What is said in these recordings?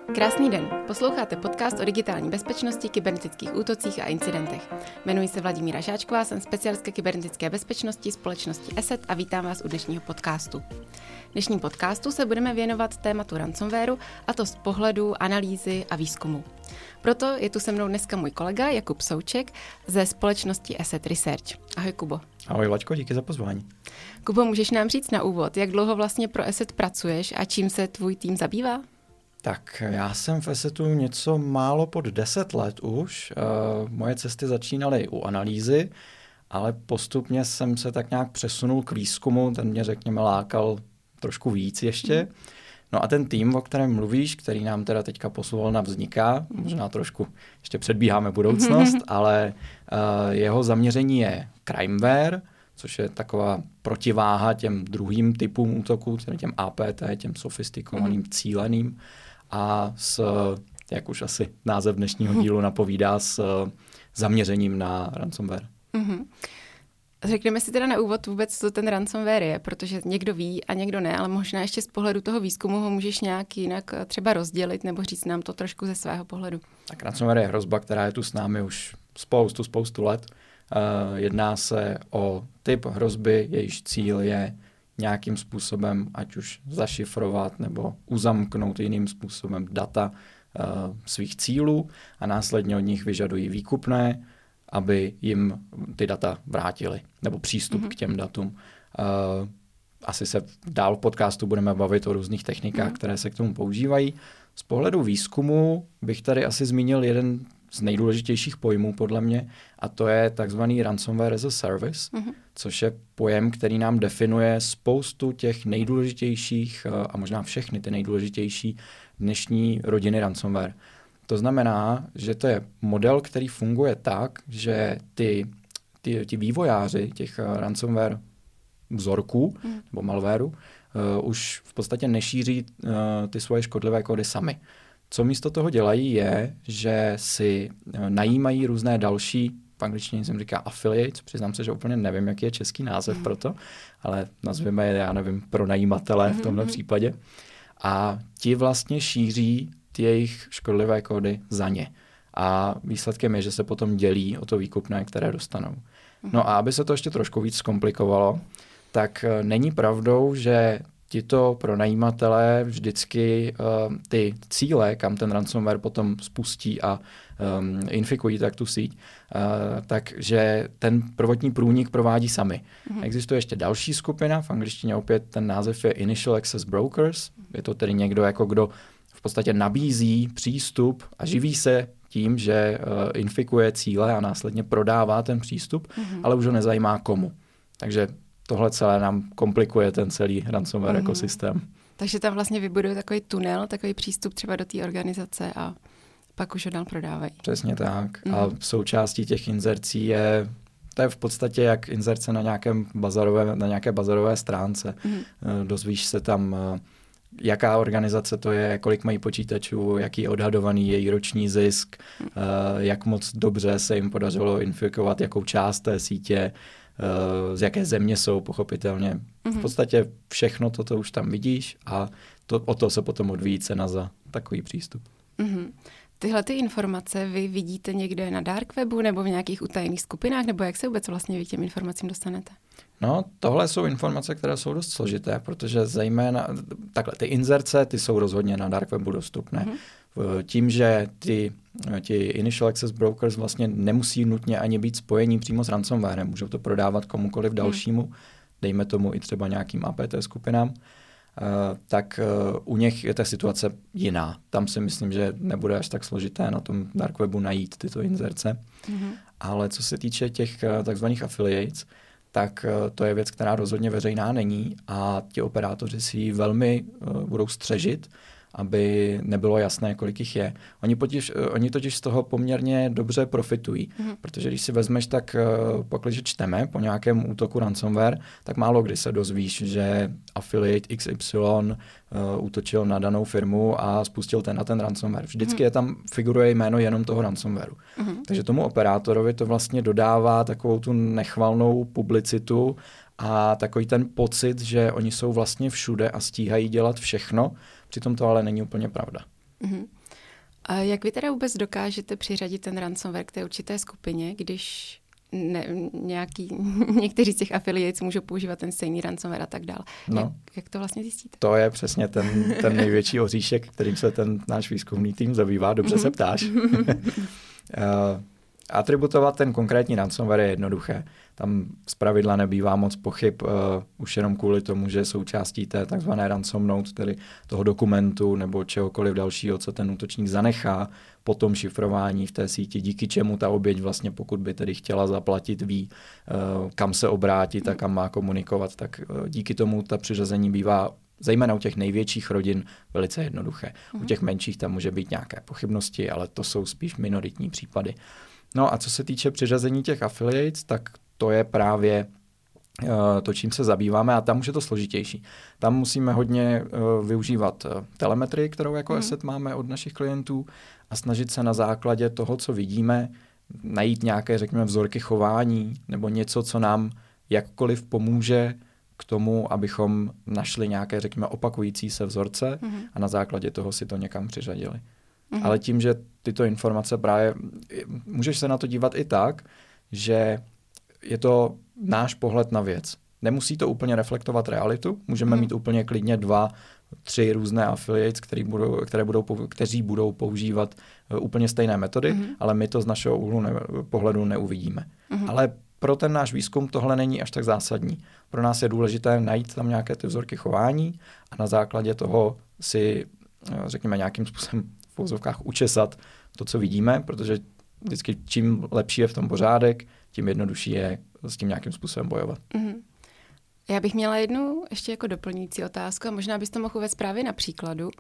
Krásný den. Posloucháte podcast o digitální bezpečnosti, kybernetických útocích a incidentech. Jmenuji se Vladimíra Žáčková, jsem specialistka kybernetické bezpečnosti společnosti ESET a vítám vás u dnešního podcastu. V dnešním podcastu se budeme věnovat tématu ransomwareu, a to z pohledu analýzy a výzkumu. Proto je tu se mnou dneska můj kolega Jakub Souček ze společnosti ESET Research. Ahoj, Kubo. Ahoj, Vlaďko, díky za pozvání. Kubo, můžeš nám říct na úvod, jak dlouho vlastně pro ESET pracuješ a čím se tvůj tým zabývá? Tak, já jsem v ESETu něco málo pod 10 let už. Moje cesty začínaly u analýzy, ale postupně jsem se tak nějak přesunul k výzkumu, ten mě, řekněme, lákal trošku víc ještě. No a ten tým, o kterém mluvíš, který nám teda teďka posluhovalna vzniká, možná trošku ještě předbíháme budoucnost, ale jeho zaměření je crimeware, což je taková protiváha těm druhým typům útoků, těm APT, těm sofistikovaným, cíleným a jak už asi název dnešního dílu napovídá, s zaměřením na ransomware. Řekneme si teda na úvod vůbec, co ten ransomware je, protože někdo ví a někdo ne, ale možná ještě z pohledu toho výzkumu ho můžeš nějak jinak třeba rozdělit nebo říct nám to trošku ze svého pohledu. Tak ransomware je hrozba, která je tu s námi už spoustu let. Jedná se o typ hrozby, jejíž cíl je nějakým způsobem, ať už zašifrovat nebo uzamknout jiným způsobem data svých cílů a následně od nich vyžadují výkupné, aby jim ty data vrátili, nebo přístup k těm datům. Asi se dál v podcastu budeme bavit o různých technikách, které se k tomu používají. Z pohledu výzkumu bych tady asi zmínil jeden z nejdůležitějších pojmů podle mě, a to je takzvaný ransomware as a service, což je pojem, který nám definuje spoustu těch nejdůležitějších a možná všechny ty nejdůležitější dnešní rodiny ransomware. To znamená, že to je model, který funguje tak, že ti vývojáři těch ransomware vzorků nebo malwareu už v podstatě nešíří ty svoje škodlivé kódy sami. Co místo toho dělají je, že si najímají různé další, v angličtině jsem říká affiliates, přiznám se, že úplně nevím, jaký je český název pro to, ale nazveme je, já nevím, pronajímatelé v tomhle případě. A ti vlastně šíří ty jejich škodlivé kódy za ně. A výsledkem je, že se potom dělí o to výkupné, které dostanou. No a aby se to ještě trošku víc zkomplikovalo, tak není pravdou, že tito pronajímatelé vždycky ty cíle, kam ten ransomware potom spustí a infikují tak tu síť, takže ten prvotní průnik provádí sami. Existuje ještě další skupina, v angličtině opět ten název je Initial Access Brokers, je to tedy někdo, jako kdo v podstatě nabízí přístup a živí se tím, že infikuje cíle a následně prodává ten přístup, ale už ho nezajímá komu. Takže tohle celé nám komplikuje ten celý ransomware ekosystém. Takže tam vlastně vybuduje takový tunel, takový přístup třeba do té organizace a pak už ho dál prodávají. Přesně tak. A součástí těch inzercí to je v podstatě jak inzerce na nějaké bazarové stránce. Dozvíš se tam, jaká organizace to je, kolik mají počítačů, jaký je odhadovaný její roční zisk, jak moc dobře se jim podařilo infikovat, jakou část té sítě, z jaké země jsou, pochopitelně. V podstatě všechno toto už tam vidíš a o to se potom odvíjí cena za takový přístup. Tyhle ty informace vy vidíte někde na dark webu nebo v nějakých utajených skupinách, nebo jak se vůbec vlastně vy těm informacím dostanete? No, tohle jsou informace, které jsou dost složité, protože zejména takhle, ty inzerce, ty jsou rozhodně na dark webu dostupné. Tím, že ti Initial Access Brokers vlastně nemusí nutně ani být spojení přímo s ransomwarem, můžou to prodávat komukoliv dalšímu, dejme tomu i třeba nějakým APT skupinám, tak u nich je ta situace jiná. Tam si myslím, že nebude až tak složité na tom dark webu najít tyto inzerce. Ale co se týče těch takzvaných affiliates, tak to je věc, která rozhodně veřejná není a ti operátoři si ji velmi budou střežit, aby nebylo jasné, kolik jich je. Oni totiž z toho poměrně dobře profitují, protože když si vezmeš, tak pakliže čteme po nějakém útoku ransomware, tak málo kdy se dozvíš, že affiliate XY útočil na danou firmu a spustil ten ransomware. Vždycky je tam figuruje jméno jenom toho ransomwareu. Takže tomu operátorovi to vlastně dodává takovou tu nechvalnou publicitu a takový ten pocit, že oni jsou vlastně všude a stíhají dělat všechno, přitom to ale není úplně pravda. A jak vy teda vůbec dokážete přiřadit ten ransomware k té určité skupině, když někteří z těch affiliates můžou používat ten stejný ransomware a tak dále? No, jak to vlastně zjistíte? To je přesně ten největší oříšek, kterým se ten náš výzkumný tým zabývá. Dobře se ptáš. Atributovat ten konkrétní ransomware je jednoduché. Tam zpravidla nebývá moc pochyb už jenom kvůli tomu, že součástí té takzvané ransom note, tedy toho dokumentu nebo čehokoliv dalšího, co ten útočník zanechá po tom šifrování v té síti, díky čemu ta oběť vlastně, pokud by tedy chtěla zaplatit, ví, kam se obrátit a kam má komunikovat, tak díky tomu ta přiřazení bývá zejména u těch největších rodin velice jednoduché. U těch menších tam může být nějaké pochybnosti, ale to jsou spíš minoritní případy. No a co se týče přiřazení těch affiliates, tak to je právě to, čím se zabýváme a tam už je to složitější. Tam musíme hodně využívat telemetrii, kterou jako asset máme od našich klientů a snažit se na základě toho, co vidíme, najít nějaké, řekněme, vzorky chování nebo něco, co nám jakkoliv pomůže k tomu, abychom našli nějaké, řekněme, opakující se vzorce a na základě toho si to někam přiřadili. Ale tím, že tyto informace právě, můžeš se na to dívat i tak, že je to náš pohled na věc. Nemusí to úplně reflektovat realitu, můžeme mít úplně klidně 2, 3 různé affiliates, kteří budou používat úplně stejné metody, ale my to z našeho úhlu pohledu neuvidíme. Ale pro ten náš výzkum tohle není až tak zásadní. Pro nás je důležité najít tam nějaké ty vzorky chování a na základě toho si, řekněme, nějakým způsobem v uvozovkách učesat to, co vidíme, protože vždycky čím lepší je v tom pořádek, tím jednodušší je s tím nějakým způsobem bojovat. Já bych měla jednu ještě jako doplňující otázku a možná bys to mohl uvést právě na příkladu.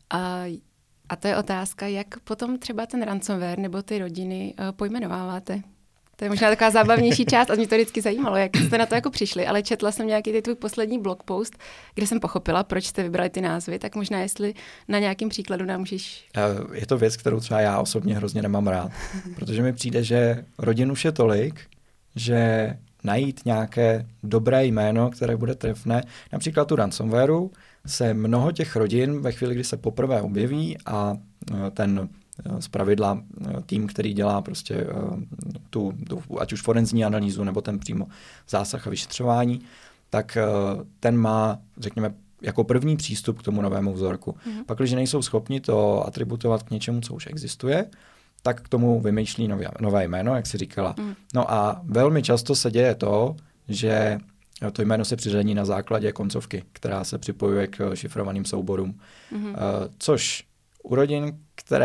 A to je otázka, jak potom třeba ten ransomware nebo ty rodiny pojmenováváte. To je možná taková zábavnější část a mě to vždycky zajímalo, jak jste na to jako přišli, ale četla jsem nějaký ty tvůj poslední blog post, kde jsem pochopila, proč jste vybrali ty názvy, tak možná jestli na nějakým příkladu nám můžeš... Je to věc, kterou třeba já osobně hrozně nemám rád, protože mi přijde, že rodin už je tolik, že najít nějaké dobré jméno, které bude trefné, například tu ransomwareu, se mnoho těch rodin ve chvíli, kdy se poprvé objeví a ten zpravidla tým, který dělá prostě tu ať už forenzní analýzu nebo ten přímo zásah a vyšetřování, tak ten má, řekněme, jako první přístup k tomu novému vzorku. Pak, když nejsou schopni to atributovat k něčemu, co už existuje, tak k tomu vymýšlí nové jméno, jak jsi říkala. No a velmi často se děje to, že to jméno se přiřadí na základě koncovky, která se připojuje k šifrovaným souborům. Což u rodin,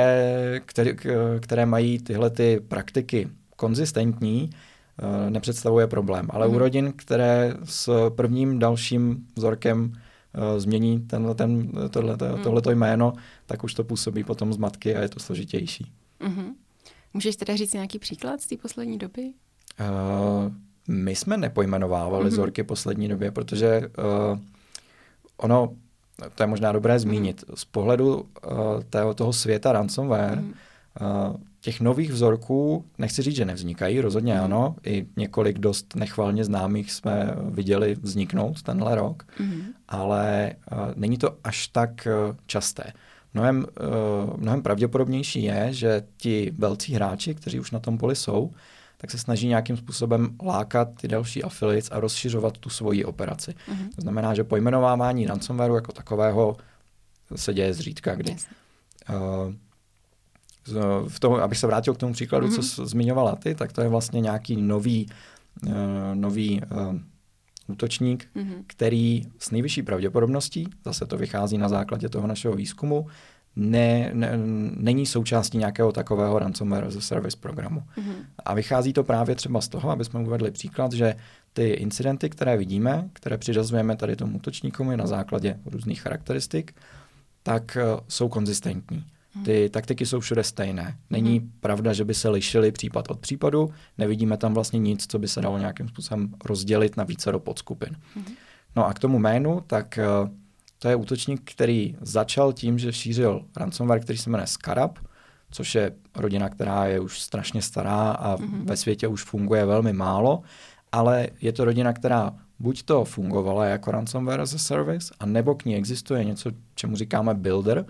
které mají tyhle ty praktiky konzistentní, nepředstavuje problém. Ale u rodin, které s prvním dalším vzorkem změní tohleto jméno, tak už to působí potom zmatky a je to složitější. Můžeš teda říct nějaký příklad z té poslední doby? My jsme nepojmenovávali vzorky poslední době, protože ono, to je možná dobré zmínit, z pohledu toho světa ransomware, těch nových vzorků, nechci říct, že nevznikají, rozhodně ano, i několik dost nechvalně známých jsme viděli vzniknout tenhle rok, ale není to až tak časté. Mnohem pravděpodobnější je, že ti velcí hráči, kteří už na tom poli jsou, tak se snaží nějakým způsobem lákat ty další affiliates a rozšiřovat tu svoji operaci. To znamená, že pojmenovávání ransomwareu jako takového se děje zřídka kdy. Abych se vrátil k tomu příkladu, co zmiňovala ty, tak to je vlastně nějaký nový útočník, který s nejvyšší pravděpodobností, zase to vychází na základě toho našeho výzkumu, není součástí nějakého takového ransomware as a service programu. A vychází to právě třeba z toho, aby jsme uvedli příklad, že ty incidenty, které vidíme, které přiřazujeme tady tomu útočníkovi na základě různých charakteristik, tak jsou konzistentní. Ty taktiky jsou všude stejné. Není pravda, že by se lišily případ od případu, nevidíme tam vlastně nic, co by se dalo nějakým způsobem rozdělit na vícero podskupin. No a k tomu jménu, tak to je útočník, který začal tím, že šířil ransomware, který se jmenuje Scarab, což je rodina, která je už strašně stará a ve světě už funguje velmi málo, ale je to rodina, která buď to fungovala jako ransomware as a service, a nebo k ní existuje něco, čemu říkáme builder,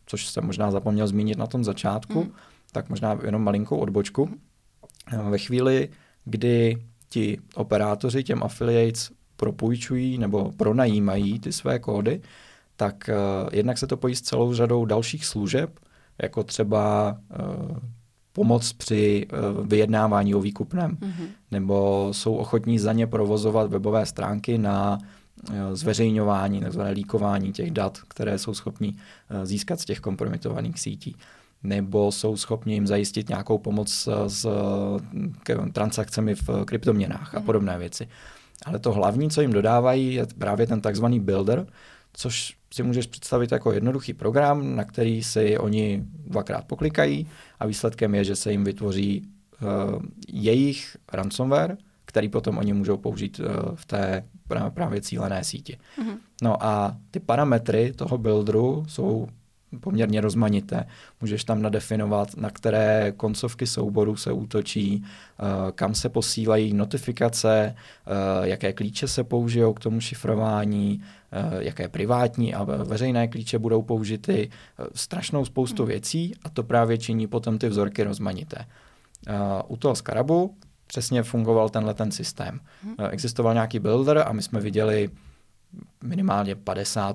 což jsem možná zapomněl zmínit na tom začátku, tak možná jenom malinkou odbočku. Ve chvíli, kdy ti operátoři těm affiliates propůjčují nebo pronajímají ty své kódy, tak jednak se to pojí s celou řadou dalších služeb, jako třeba pomoc při vyjednávání o výkupném, nebo jsou ochotní za ně provozovat webové stránky na zveřejňování, takzvané líkování těch dat, které jsou schopni získat z těch kompromitovaných sítí. Nebo jsou schopni jim zajistit nějakou pomoc s transakcemi v kryptoměnách a podobné věci. Ale to hlavní, co jim dodávají, je právě ten takzvaný builder, což si můžeš představit jako jednoduchý program, na který si oni dvakrát poklikají a výsledkem je, že se jim vytvoří jejich ransomware, který potom oni můžou použít v té právě cílené síti. No a ty parametry toho builderu jsou poměrně rozmanité. Můžeš tam nadefinovat, na které koncovky souboru se útočí, kam se posílají notifikace, jaké klíče se použijou k tomu šifrování, jaké privátní a veřejné klíče budou použity, strašnou spoustu věcí a to právě činí potom ty vzorky rozmanité. U toho Scarabu přesně fungoval ten systém. Existoval nějaký builder a my jsme viděli minimálně 50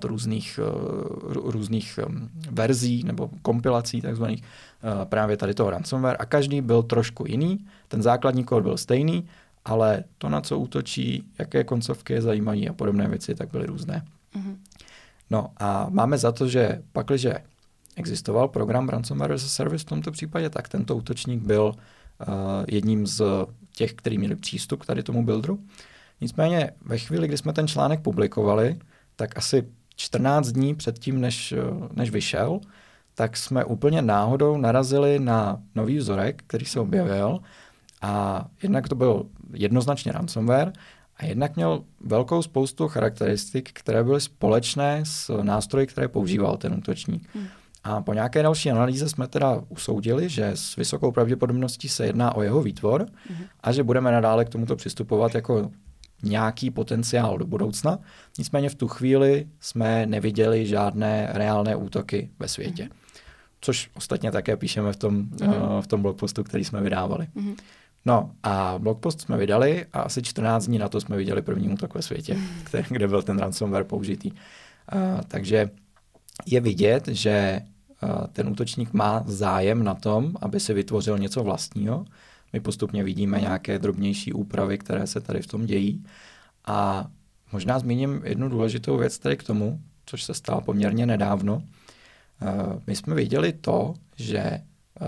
různých verzí nebo kompilací takzvaných právě tady toho ransomware a každý byl trošku jiný. Ten základní kód byl stejný, ale to, na co útočí, jaké koncovky je zajímají a podobné věci, tak byly různé. No a máme za to, že pakliže existoval program Ransomware as a Service v tomto případě, tak tento útočník byl jedním z těch, kteří měli přístup k tady tomu builderu. Nicméně ve chvíli, kdy jsme ten článek publikovali, tak asi 14 dní předtím, než vyšel, tak jsme úplně náhodou narazili na nový vzorek, který se objevil a jednak to byl jednoznačně ransomware a jednak měl velkou spoustu charakteristik, které byly společné s nástroji, které používal ten útočník. A po nějaké další analýze jsme teda usoudili, že s vysokou pravděpodobností se jedná o jeho výtvor a že budeme nadále k tomuto přistupovat jako nějaký potenciál do budoucna. Nicméně v tu chvíli jsme neviděli žádné reálné útoky ve světě. Což ostatně také píšeme v tom blogpostu, který jsme vydávali. No a blogpost jsme vydali a asi 14 dní na to jsme viděli první útok ve světě, kde byl ten ransomware použitý. Takže je vidět, že ten útočník má zájem na tom, aby si vytvořil něco vlastního. My postupně vidíme nějaké drobnější úpravy, které se tady v tom dějí. A možná zmíním jednu důležitou věc tady k tomu, což se stalo poměrně nedávno. My jsme viděli to, že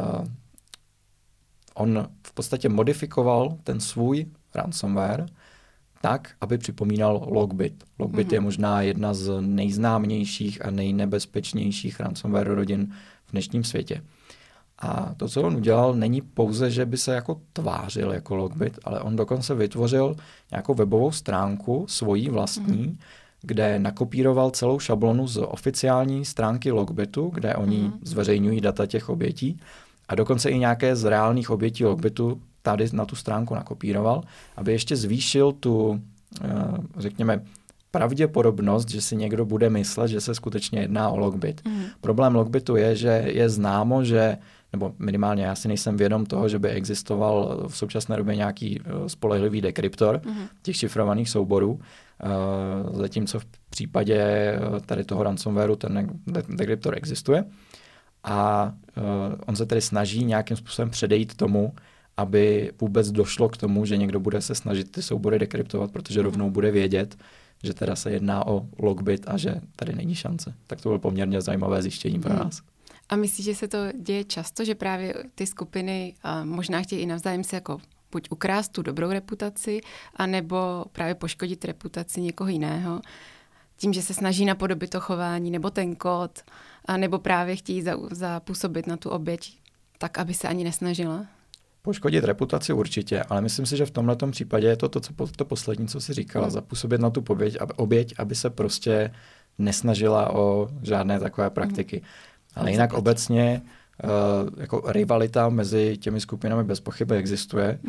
on v podstatě modifikoval ten svůj ransomware tak, aby připomínal Logbit. Logbit je možná jedna z nejznámějších a nejnebezpečnějších ransomware rodin v dnešním světě. A to, co on udělal, není pouze, že by se jako tvářil jako Logbit, ale on dokonce vytvořil nějakou webovou stránku, svojí vlastní, kde nakopíroval celou šablonu z oficiální stránky Logbitu, kde oni zveřejňují data těch obětí a dokonce i nějaké z reálných obětí Logbitu tady na tu stránku nakopíroval, aby ještě zvýšil tu, řekněme, pravděpodobnost, že si někdo bude myslet, že se skutečně jedná o Logbit. Problém Logbitu je, že je známo, že nebo minimálně já si nejsem vědom toho, že by existoval v současné době nějaký spolehlivý dekryptor těch šifrovaných souborů, zatímco v případě tady toho ransomwareu ten dekryptor existuje a on se tedy snaží nějakým způsobem předejít tomu, aby vůbec došlo k tomu, že někdo bude se snažit ty soubory dekryptovat, protože rovnou bude vědět, že teda se jedná o Logbit a že tady není šance. Tak to bylo poměrně zajímavé zjištění pro nás. A myslíš, že se to děje často, že právě ty skupiny možná chtějí i navzájem se jako buď ukrást tu dobrou reputaci, anebo právě poškodit reputaci někoho jiného, tím, že se snaží napodobit to chování nebo ten kód, nebo právě chtějí zapůsobit na tu oběť tak, aby se ani nesnažila? Poškodit reputaci určitě, ale myslím si, že v tomhletom případě je to to poslední, co jsi říkala, zapůsobit na tu oběť, aby se prostě nesnažila o žádné takové praktiky. Ale jinak obecně jako rivalita mezi těmi skupinami bez pochyby existuje.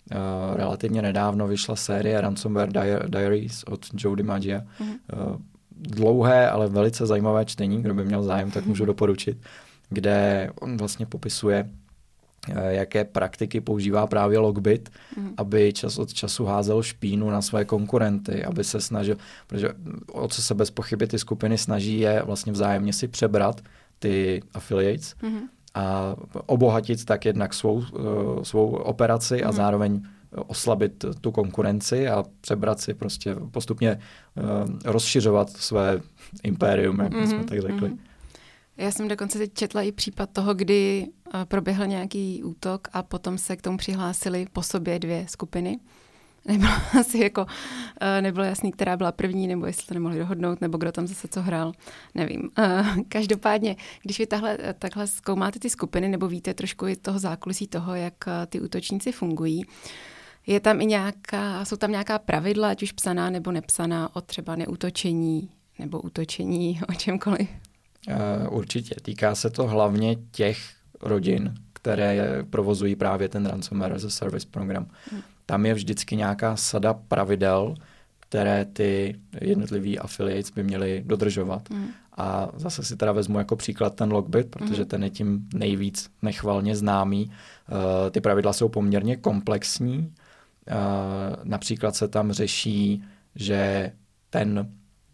Relativně nedávno vyšla série Ransomware Diaries od Joe DiMaggio. dlouhé, ale velice zajímavé čtení, kdo by měl zájem, tak můžu doporučit, kde on vlastně popisuje, jaké praktiky používá právě Lockbit, aby čas od času házel špínu na své konkurenty, aby se snažil, protože o co se bez pochyby ty skupiny snaží, je vlastně vzájemně si přebrat ty affiliates a obohatit tak jednak svou operaci a zároveň oslabit tu konkurenci a přebrat si prostě postupně rozšiřovat své impérium, jak jsme tak řekli. Já jsem dokonce teď četla i případ toho, kdy proběhl nějaký útok a potom se k tomu přihlásili po sobě 2 skupiny. Nebylo asi jako, nebylo jasný, která byla první, nebo jestli to nemohli dohodnout, nebo kdo tam zase co hrál, nevím. Každopádně, když vy takhle zkoumáte ty skupiny, nebo víte trošku i toho zákulisí toho, jak ty útočníci fungují, je tam i jsou tam nějaká pravidla, ať už psaná nebo nepsaná, o třeba neútočení nebo útočení, o čemkoliv? Určitě. Týká se to hlavně těch rodin, které provozují právě ten Ransomware as a Service program. Tam je vždycky nějaká sada pravidel, které ty jednotlivý affiliates by měly dodržovat. A zase si teda vezmu jako příklad ten Lockbit, protože ten je tím nejvíc nechvalně známý. Ty pravidla jsou poměrně komplexní. Například se tam řeší, že ten,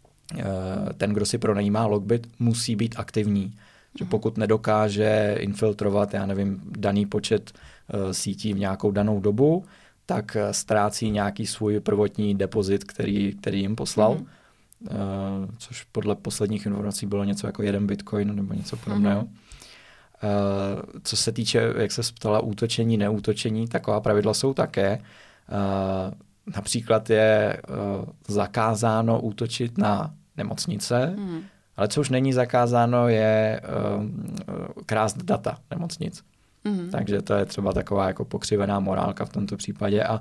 kdo si pronajímá Lockbit, musí být aktivní. Že pokud nedokáže infiltrovat, já nevím, daný počet sítí v nějakou danou dobu, tak ztrácí nějaký svůj prvotní depozit, který jim poslal, což podle posledních informací bylo něco jako 1 bitcoin nebo něco podobného. Co se týče, jak se ptala, útočení, neútočení, taková pravidla jsou také. Například je zakázáno útočit na nemocnice, ale co už není zakázáno, je krást data nemocnic. Takže to je třeba taková jako pokřivená morálka v tomto případě a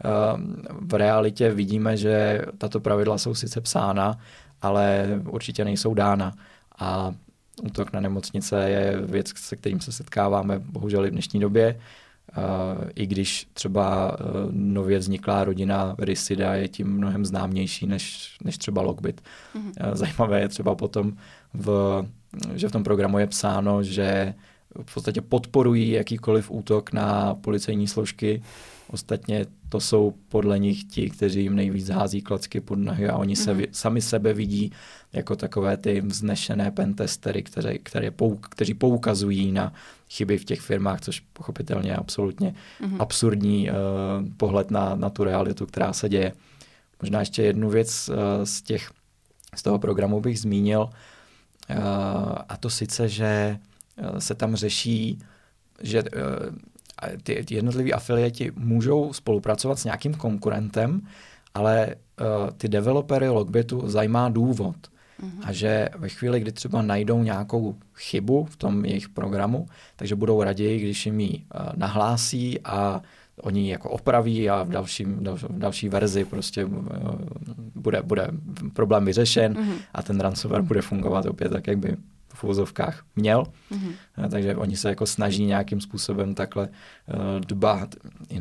v realitě vidíme, že tato pravidla jsou sice psána, ale určitě nejsou dána. A útok na nemocnice je věc, se kterým se setkáváme bohužel i v dnešní době. I když třeba nově vzniklá rodina Rysida je tím mnohem známější než třeba Lockbit. Zajímavé je třeba potom, že v tom programu je psáno, že v podstatě podporují jakýkoliv útok na policejní složky. Ostatně to jsou podle nich ti, kteří jim nejvíc hází klacky pod nohy a oni sami sebe vidí jako takové ty vznešené pentestery, kteří poukazují na chyby v těch firmách, což pochopitelně je absolutně absurdní pohled na tu realitu, která se děje. Možná ještě jednu věc z toho programu bych zmínil, a to sice, že se tam řeší, že ty jednotliví afiliati můžou spolupracovat s nějakým konkurentem, ale ty developery Lockbitu zajímá důvod. A že ve chvíli, kdy třeba najdou nějakou chybu v tom jejich programu, takže budou raději, když jim ji nahlásí a oni ji jako opraví a v další verzi prostě bude problém vyřešen a ten ransomware bude fungovat opět tak, jak by v uvozovkách měl. Takže oni se jako snaží nějakým způsobem takhle dbát i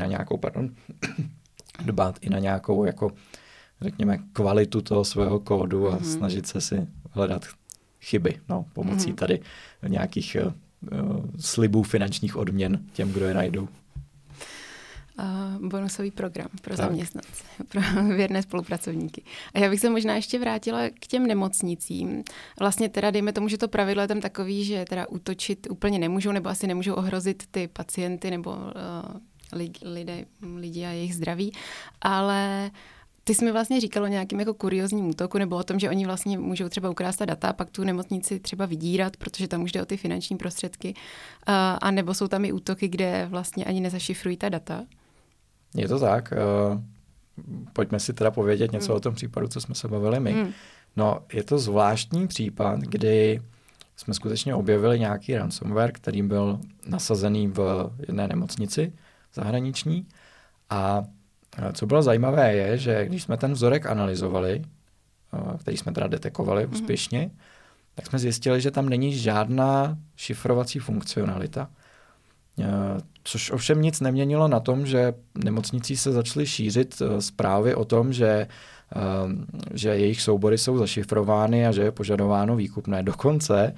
na nějakou jako řekněme kvalitu toho svého kódu a snažit se si hledat chyby pomocí tady nějakých slibů finančních odměn těm, kdo je najdou. Bonusový program pro zaměstnance, pro věrné spolupracovníky. A já bych se možná ještě vrátila k těm nemocnicím. Vlastně teda dejme tomu, že to pravidlo je tam takový, že teda útočit úplně nemůžou, nebo asi nemůžou ohrozit ty pacienty nebo lidi a jejich zdraví, ale ty jsi mi vlastně říkal o nějakým jako kuriózním útoku nebo o tom, že oni vlastně můžou třeba ukrást ta data a pak tu nemocnici třeba vydírat, protože tam už jde o ty finanční prostředky, a nebo jsou tam i útoky, kde vlastně ani nezašifrují ta data. Je to tak. Pojďme si teda povědět něco o tom případu, co jsme se bavili my. No, je to zvláštní případ, kdy jsme skutečně objevili nějaký ransomware, který byl nasazený v jedné nemocnici zahraniční. A co bylo zajímavé je, že když jsme ten vzorek analyzovali, který jsme teda detekovali úspěšně, tak jsme zjistili, že tam není žádná šifrovací funkcionalita. Což ovšem nic neměnilo na tom, že nemocnicí se začaly šířit zprávy o tom, že že jejich soubory jsou zašifrovány a že je požadováno výkupné. Dokonce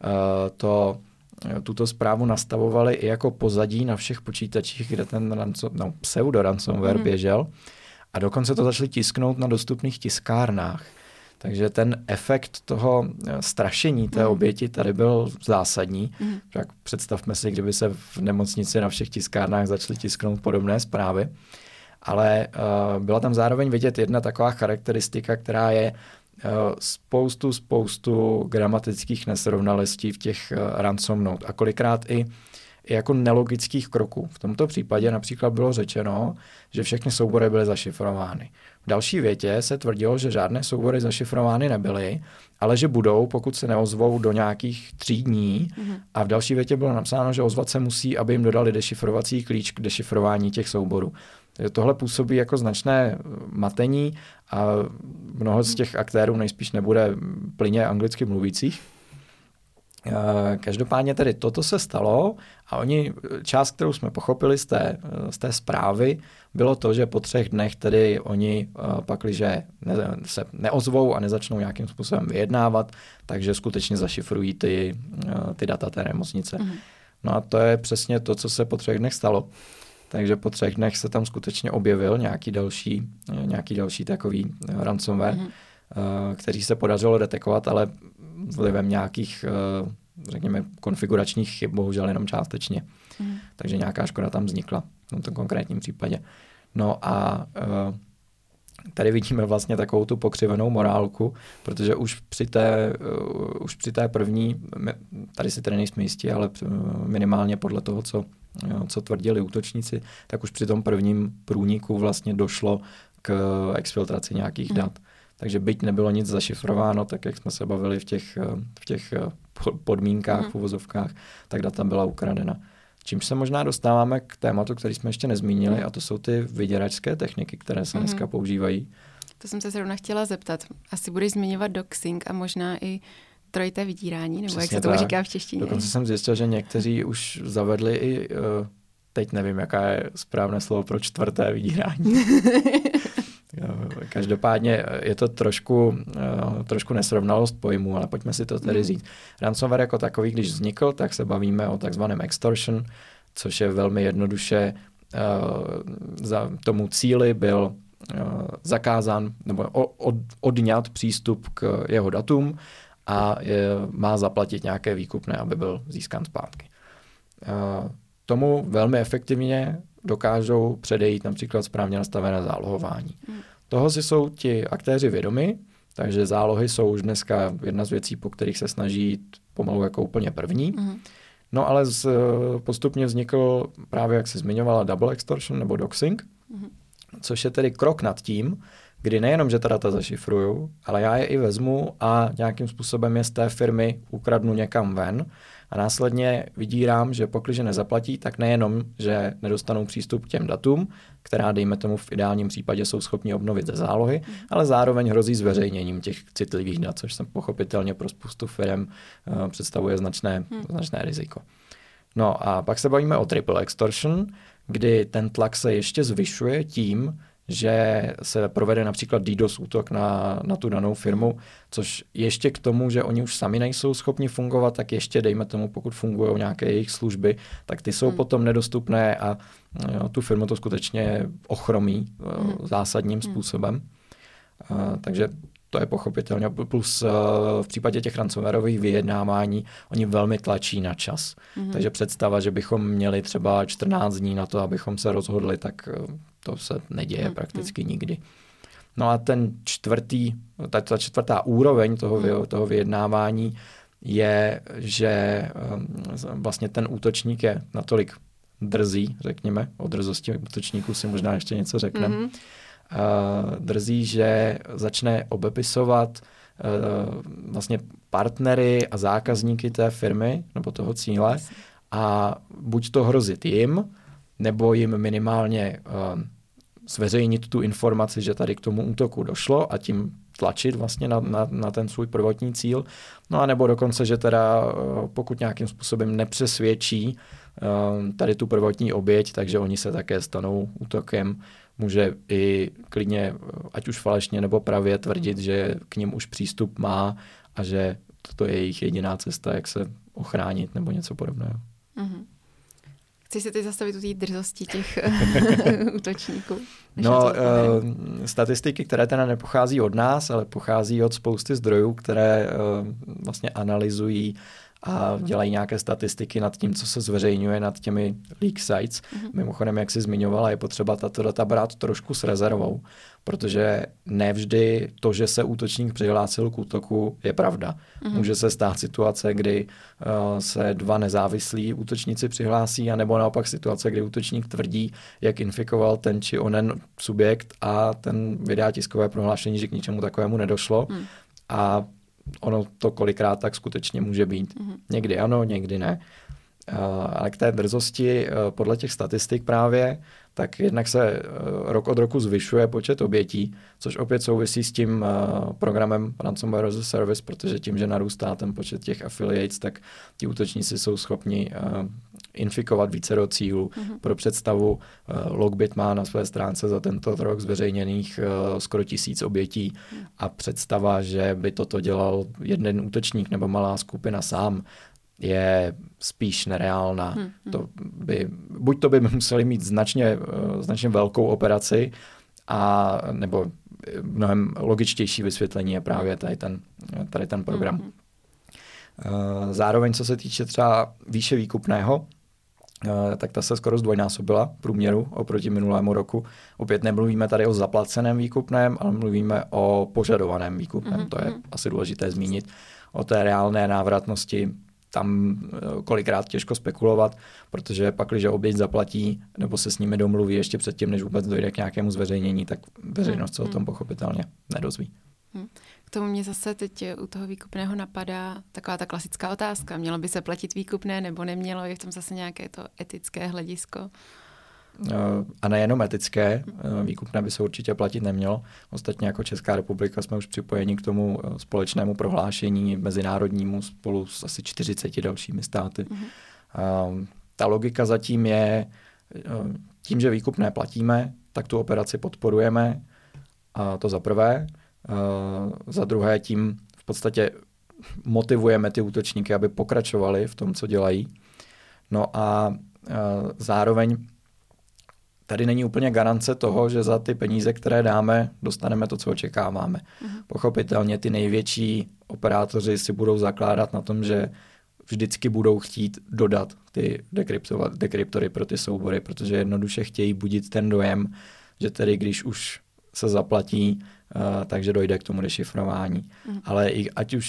tuto zprávu nastavovali i jako pozadí na všech počítačích, kde ten pseudo-ransomware běžel. A dokonce to začali tisknout na dostupných tiskárnách. Takže ten efekt toho strašení té oběti tady byl zásadní. Tak představme si, kdyby se v nemocnici na všech tiskárnách začaly tisknout podobné zprávy. Ale byla tam zároveň vidět jedna taková charakteristika, která je spoustu gramatických nesrovnalostí v těch ransom note a kolikrát i jako nelogických kroků. V tomto případě například bylo řečeno, že všechny soubory byly zašifrovány. V další větě se tvrdilo, že žádné soubory zašifrovány nebyly, ale že budou, pokud se neozvou do nějakých 3 dní. A v další větě bylo napsáno, že ozvat se musí, aby jim dodali dešifrovací klíč k dešifrování těch souborů. Tohle působí jako značné matení a mnoho z těch aktérů nejspíš nebude plynně anglicky mluvících. Každopádně tedy toto se stalo a část, kterou jsme pochopili z té zprávy, bylo to, že po 3 dnech tedy oni pakliže se neozvou a nezačnou nějakým způsobem vyjednávat, takže skutečně zašifrují ty data té nemocnice. No a to je přesně to, co se po 3 dnech stalo. Takže po 3 dnech se tam skutečně objevil nějaký další takový ransomware, který se podařilo detekovat, ale vlivem nějakých, řekněme, konfiguračních chyb, bohužel jenom částečně. Takže nějaká škoda tam vznikla v tom konkrétním případě. No a tady vidíme vlastně takovou tu pokřivenou morálku, protože už při té první, tady si tedy nejsme jistí, ale minimálně podle toho, co tvrdili útočníci, tak už při tom prvním průniku vlastně došlo k exfiltraci nějakých dat. Takže byť nebylo nic zašifrováno, tak jak jsme se bavili v těch podmínkách, v uvozovkách, tak data byla ukradena. Čímž se možná dostáváme k tématu, který jsme ještě nezmínili, a to jsou ty vyděračské techniky, které se dneska používají. To jsem se zrovna chtěla zeptat. Asi budeš zmiňovat doxing a možná i trojité vydírání, nebo přesně jak se tomu říká v češtině. Dokonce jsem zjistil, že někteří už zavedli i, teď nevím, jaká je správné slovo pro 4. vydírání. Každopádně je to trošku nesrovnalost pojmů, ale pojďme si to tedy říct. Ransomware jako takový, když vznikl, tak se bavíme o takzvaném extortion, což je velmi jednoduše za tomu cíli byl zakázán nebo odňat přístup k jeho datům a má zaplatit nějaké výkupné, aby byl získán zpátky. Tomu velmi efektivně dokážou předejít například správně nastavené zálohování. Toho si jsou ti aktéři vědomi, takže zálohy jsou už dneska jedna z věcí, po kterých se snaží jít pomalu jako úplně první. No ale postupně vznikl právě, jak se zmiňovala, double extortion nebo doxing, což je tedy krok nad tím, kdy nejenom, že ta data zašifruju, ale já je i vezmu a nějakým způsobem je z té firmy ukradnu někam ven a následně vydírám, že pokud nezaplatí, tak nejenom, že nedostanou přístup k těm datům, která, dejme tomu, v ideálním případě jsou schopni obnovit ze zálohy, ale zároveň hrozí zveřejněním těch citlivých dat, což se pochopitelně pro spoustu firm představuje značné riziko. No a pak se bavíme o triple extortion, kdy ten tlak se ještě zvyšuje tím, že se provede například DDoS útok na tu danou firmu, což ještě k tomu, že oni už sami nejsou schopni fungovat, tak ještě, dejme tomu, pokud fungují nějaké jejich služby, tak ty jsou potom nedostupné a tu firmu to skutečně ochromí zásadním způsobem. Takže to je pochopitelně. Plus v případě těch ransomwareových vyjednávání oni velmi tlačí na čas. Takže představa, že bychom měli třeba 14 dní na to, abychom se rozhodli, tak to se neděje prakticky nikdy. No a ta čtvrtá úroveň toho vyjednávání je, že vlastně ten útočník je natolik drzý, řekněme, o drzosti útočníků si možná ještě něco řekneme, drzí, že začne obepisovat vlastně partnery a zákazníky té firmy nebo toho cíle a buď to hrozit jim, nebo jim minimálně zveřejnit tu informaci, že tady k tomu útoku došlo a tím tlačit vlastně na ten svůj prvotní cíl. No a nebo dokonce, že teda pokud nějakým způsobem nepřesvědčí tady tu prvotní oběť, takže oni se také stanou útokem může i klidně, ať už falešně nebo pravě, tvrdit, že k nim už přístup má a že toto je jejich jediná cesta, jak se ochránit nebo něco podobného. Mm-hmm. Chci se teď zastavit u té drzosti těch útočníků? No, statistiky, které teda nepochází od nás, ale pochází od spousty zdrojů, které vlastně analyzují a dělají nějaké statistiky nad tím, co se zveřejňuje nad těmi leak sites. Mimochodem, jak jsi zmiňovala, je potřeba tato data brát trošku s rezervou, protože nevždy to, že se útočník přihlásil k útoku, je pravda. Může se stát situace, kdy se dva nezávislí útočníci přihlásí, anebo naopak situace, kdy útočník tvrdí, jak infikoval ten či onen subjekt a ten vydá tiskové prohlášení, že k ničemu takovému nedošlo. A ono to kolikrát tak skutečně může být. Někdy ano, někdy ne. Ale k té drzosti podle těch statistik právě, tak jednak se rok od roku zvyšuje počet obětí, což opět souvisí s tím programem Ransomware as a Service, protože tím, že narůstá ten počet těch affiliates, tak ti útočníci jsou schopni infikovat vícero cílů. Pro představu, Logbit má na své stránce za tento rok zveřejněných skoro 1000 obětí a představa, že by toto dělal jeden útočník nebo malá skupina sám, je spíš nereálná. Buď to by museli mít značně velkou operaci, a nebo mnohem logičtější vysvětlení je právě tady ten program. Zároveň, co se týče třeba výše výkupného, tak ta se skoro zdvojnásobila v průměru oproti minulému roku. Opět nemluvíme tady o zaplaceném výkupném, ale mluvíme o požadovaném výkupném. To je asi důležité zmínit. O té reálné návratnosti tam kolikrát těžko spekulovat, protože pak, když oběť zaplatí nebo se s nimi domluví ještě předtím, než vůbec dojde k nějakému zveřejnění, tak veřejnost se o tom pochopitelně nedozví. K tomu mě zase teď u toho výkupného napadá taková ta klasická otázka. Mělo by se platit výkupné nebo nemělo? Je v tom zase nějaké to etické hledisko? A nejenom etické, výkupné by se určitě platit nemělo. Ostatně jako Česká republika jsme už připojeni k tomu společnému prohlášení mezinárodnímu spolu s asi 40 dalšími státy. Ta logika zatím je, tím, že výkupné platíme, tak tu operaci podporujeme, a to za prvé. Za druhé tím v podstatě motivujeme ty útočníky, aby pokračovali v tom, co dělají. No a zároveň tady není úplně garance toho, že za ty peníze, které dáme, dostaneme to, co očekáváme. Pochopitelně ty největší operátoři si budou zakládat na tom, že vždycky budou chtít dodat ty dekryptory pro ty soubory, protože jednoduše chtějí budit ten dojem, že tedy když už se zaplatí, takže dojde k tomu dešifrování. Ale i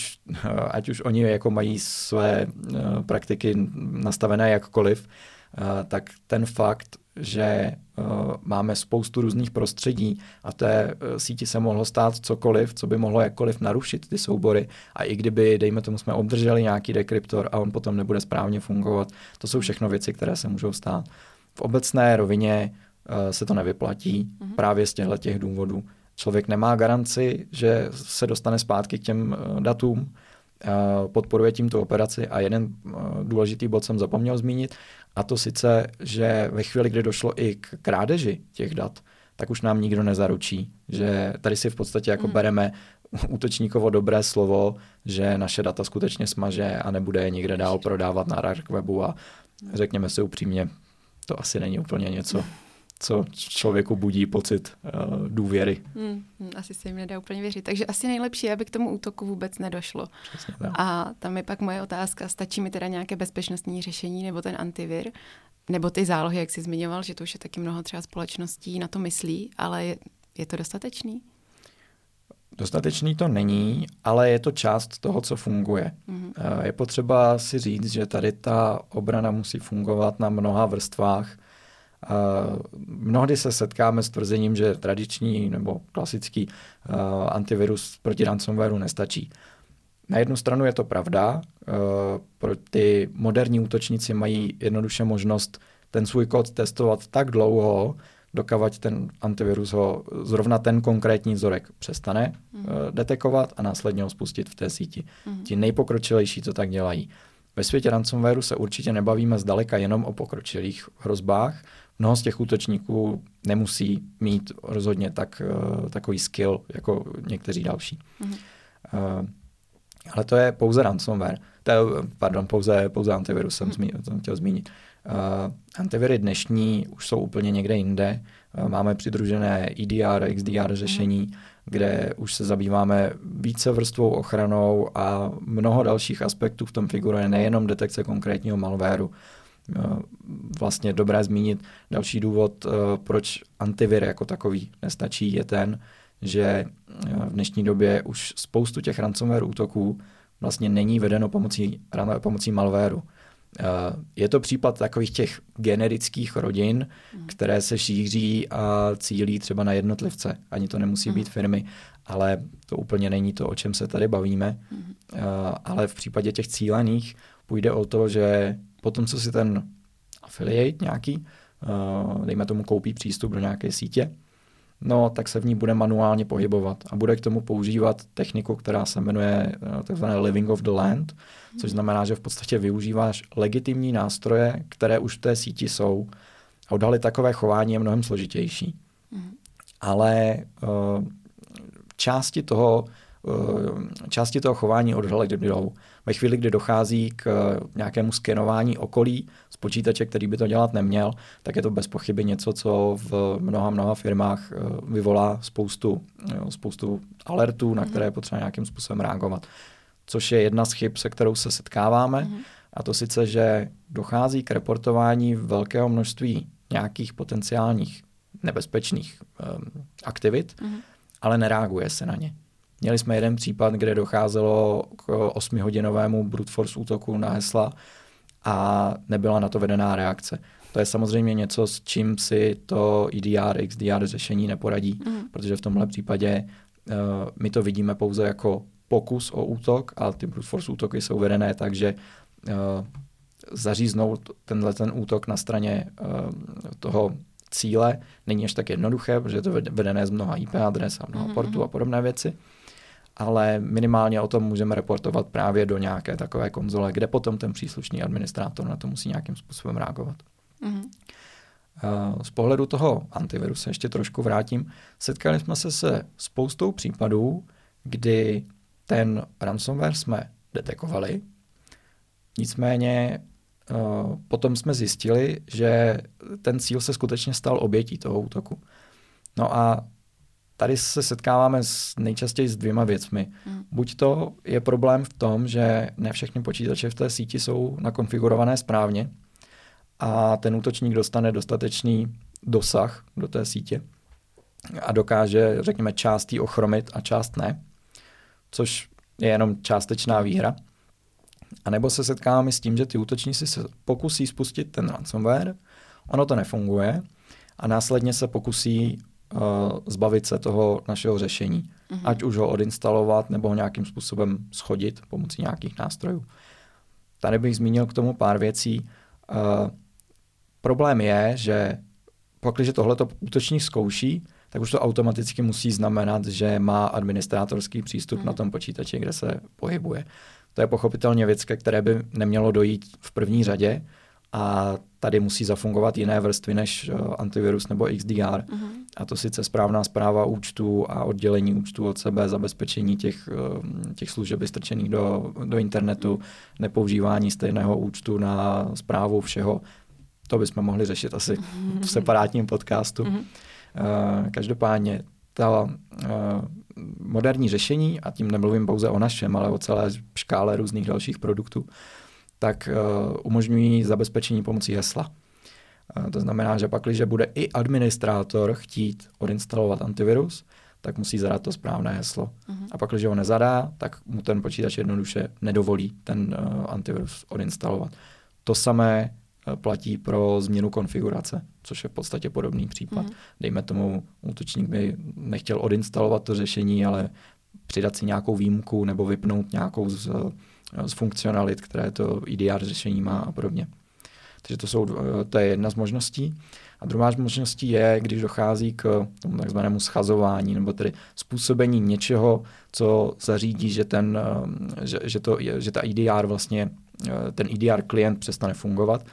ať už oni jako mají své praktiky nastavené jakkoliv, tak ten fakt, že máme spoustu různých prostředí a v té síti se mohlo stát cokoliv, co by mohlo jakkoliv narušit ty soubory, a i kdyby, dejme tomu, jsme obdrželi nějaký dekryptor a on potom nebude správně fungovat, to jsou všechno věci, které se můžou stát. V obecné rovině se to nevyplatí právě z těch důvodů. Člověk nemá garanci, že se dostane zpátky k těm datům, podporuje tím tu operaci, a jeden důležitý bod jsem zapomněl zmínit, a to sice, že ve chvíli, kdy došlo i k krádeži těch dat, tak už nám nikdo nezaručí, že tady si v podstatě jako bereme útočníkovo dobré slovo, že naše data skutečně smaže a nebude je nikde dál prodávat na dark webu, a řekněme si upřímně, to asi není úplně něco, co člověku budí pocit důvěry. Asi se jim nedá úplně věřit. Takže asi nejlepší, aby k tomu útoku vůbec nedošlo. Přesně tak. A tam je pak moje otázka, stačí mi teda nějaké bezpečnostní řešení nebo ten antivir, nebo ty zálohy, jak jsi zmiňoval, že to už je taky mnoho třeba společností na to myslí, ale je to dostatečný? Dostatečný to není, ale je to část toho, co funguje. Je potřeba si říct, že tady ta obrana musí fungovat na mnoha vrstvách. Mnohdy se setkáme s tvrzením, že tradiční nebo klasický antivirus proti ransomwareu nestačí. Na jednu stranu je to pravda, pro ty moderní útočníci mají jednoduše možnost ten svůj kód testovat tak dlouho, dokavať ten antivirus ho zrovna ten konkrétní vzorek přestane detekovat a následně ho spustit v té síti. Ti nejpokročilejší to tak dělají. Ve světě ransomwareu se určitě nebavíme zdaleka jenom o pokročilých hrozbách, mnoho z těch útočníků nemusí mít rozhodně takový skill jako někteří další. Ale to je pouze ransomware. Pouze antivirus jsem chtěl zmínit. Antiviry dnešní už jsou úplně někde jinde. Máme přidružené EDR, XDR řešení, kde už se zabýváme více vrstvou ochranou a mnoho dalších aspektů v tom figuruje, nejenom detekce konkrétního malwaru. Vlastně dobré zmínit další důvod, proč antivir jako takový nestačí, je ten, že v dnešní době už spoustu těch ransomware útoků vlastně není vedeno pomocí malwaru. Je to případ takových těch generických rodin, které se šíří a cílí třeba na jednotlivce. Ani to nemusí být firmy, ale to úplně není to, o čem se tady bavíme. Ale v případě těch cílených půjde o to, že potom, co si ten affiliate nějaký, dejme tomu, koupí přístup do nějaké sítě, no tak se v ní bude manuálně pohybovat a bude k tomu používat techniku, která se jmenuje takzvané living of the land, což znamená, že v podstatě využíváš legitimní nástroje, které už v té síti jsou. A odhalit takové chování je mnohem složitější. Ale části toho chování odhalit jdou. Ve chvíli, kdy dochází k nějakému skenování okolí z počítače, který by to dělat neměl, tak je to bez pochyby něco, co v mnoha firmách vyvolá spoustu alertů, na které je potřeba nějakým způsobem reagovat. Což je jedna z chyb, se kterou se setkáváme, a to sice, že dochází k reportování velkého množství nějakých potenciálních nebezpečných aktivit, ale nereaguje se na ně. Měli jsme jeden případ, kde docházelo k 8hodinovému brute force útoku na hesla a nebyla na to vedená reakce. To je samozřejmě něco, s čím si to EDR, XDR řešení neporadí, protože v tomhle případě my to vidíme pouze jako pokus o útok a ty brute force útoky jsou vedené tak, že zaříznout ten útok na straně toho cíle není až tak jednoduché, protože je to vedené z mnoha IP adres a mnoha portů a podobné věci, ale minimálně o tom můžeme reportovat právě do nějaké takové konzole, kde potom ten příslušný administrátor na to musí nějakým způsobem reagovat. Z pohledu toho antiviru se ještě trošku vrátím. Setkali jsme se se spoustou případů, kdy ten ransomware jsme detekovali, nicméně potom jsme zjistili, že ten cíl se skutečně stal obětí toho útoku. No a tady se setkáváme nejčastěji s dvěma věcmi. Buď to je problém v tom, že ne všechny počítače v té síti jsou nakonfigurované správně a ten útočník dostane dostatečný dosah do té sítě a dokáže, řekněme, část jí ochromit a část ne, což je jenom částečná výhra. A nebo se setkáváme s tím, že ty útočníci se pokusí spustit ten ransomware, ono to nefunguje a následně se pokusí zbavit se toho našeho řešení. Ať už ho odinstalovat nebo ho nějakým způsobem shodit pomocí nějakých nástrojů. Tady bych zmínil k tomu pár věcí. Problém je, že pokud tohleto útočník zkouší, tak už to automaticky musí znamenat, že má administrátorský přístup na tom počítači, kde se pohybuje. To je pochopitelně věc, ke které by nemělo dojít v první řadě a tady musí zafungovat jiné vrstvy než antivirus nebo XDR. A to sice správná správa účtů a oddělení účtů od sebe, zabezpečení těch služeb vystrčených do internetu, nepoužívání stejného účtu na správu všeho. To bychom mohli řešit asi v separátním podcastu. Každopádně ta moderní řešení, a tím nemluvím pouze o našem, ale o celé škále různých dalších produktů, tak umožňují zabezpečení pomocí hesla. To znamená, že pakliže bude i administrátor chtít odinstalovat antivirus, tak musí zadat to správné heslo. A pakliže ho nezadá, tak mu ten počítač jednoduše nedovolí ten antivirus odinstalovat. To samé platí pro změnu konfigurace, což je v podstatě podobný případ. Dejme tomu, útočník by nechtěl odinstalovat to řešení, ale přidat si nějakou výjimku nebo vypnout nějakou z funkcionalit, které to EDR řešení má a podobně. Takže to je jedna z možností. A druhá z možností je, když dochází k tomu takzvanému schazování, nebo tedy způsobení něčeho, co zařídí, že ta EDR vlastně, ten EDR klient přestane fungovat.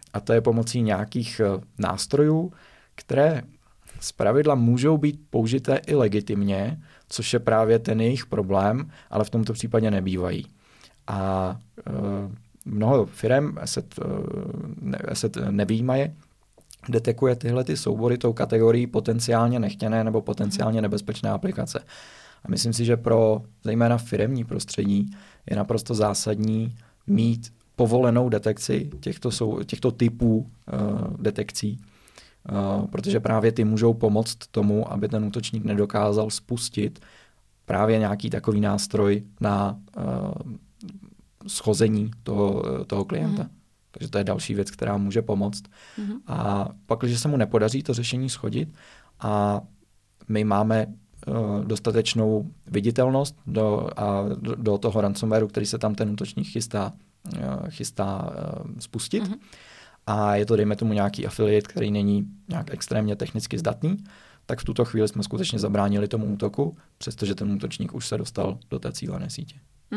a to je pomocí nějakých nástrojů, které zpravidla můžou být použité i legitimně, což je právě ten jejich problém, ale v tomto případě nebývají. A mnoho firem, asset nevyjímaje, detekuje tyhle ty soubory tou kategorií potenciálně nechtěné nebo potenciálně nebezpečné aplikace. A myslím si, že pro zejména firemní prostředí je naprosto zásadní mít povolenou detekci těchto typů detekcí, protože právě ty můžou pomoct tomu, aby ten útočník nedokázal spustit právě nějaký takový nástroj na schození toho klienta. Takže to je další věc, která může pomoct. A pak, když se mu nepodaří to řešení shodit a my máme dostatečnou viditelnost do toho ransomwareu, který se tam ten útočník chystá spustit. A je to, dejme tomu, nějaký affiliate, který není nějak extrémně technicky zdatný, tak v tuto chvíli jsme skutečně zabránili tomu útoku, přestože ten útočník už se dostal do té cílené sítě.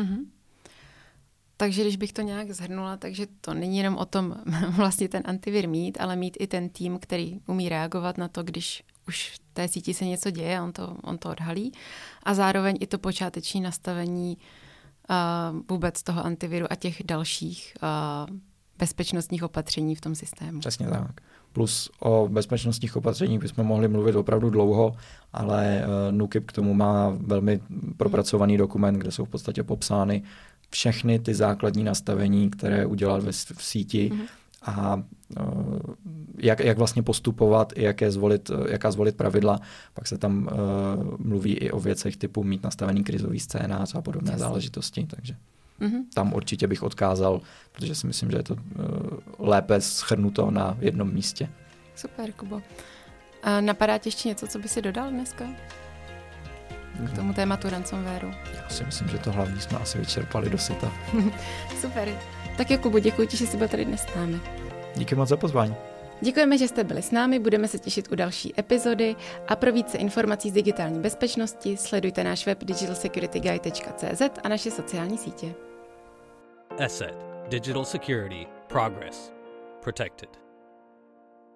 Takže když bych to nějak shrnula, takže to není jenom o tom vlastně ten antivir mít, ale mít i ten tým, který umí reagovat na to, když už v té síti se něco děje, on to odhalí. A zároveň i to počáteční nastavení vůbec toho antiviru a těch dalších bezpečnostních opatření v tom systému. Přesně tak. Plus o bezpečnostních opatřeních bychom mohli mluvit opravdu dlouho, ale NÚKIB k tomu má velmi propracovaný dokument, kde jsou v podstatě popsány všechny ty základní nastavení, které udělat v síti a jak vlastně postupovat, jaká zvolit pravidla. Pak se tam mluví i o věcech typu mít nastavený krizový scénář a podobné záležitosti, takže tam určitě bych odkázal, protože si myslím, že je to lépe shrnuto na jednom místě. Super, Kubo. A napadá tě ještě něco, co by si dodal dneska k tomu tématu ransomwareu? Já si myslím, že to hlavní jsme asi vyčerpali do syta. Super. Tak jo, Kubo, děkuji ti, že jsi byl tady dnes s námi. Díky moc za pozvání. Děkujeme, že jste byli s námi, budeme se těšit u další epizody a pro více informací z digitální bezpečnosti sledujte náš web digitalsecurityguide.cz a naše sociální sítě. ESET, Digital Security, Progress, Protected.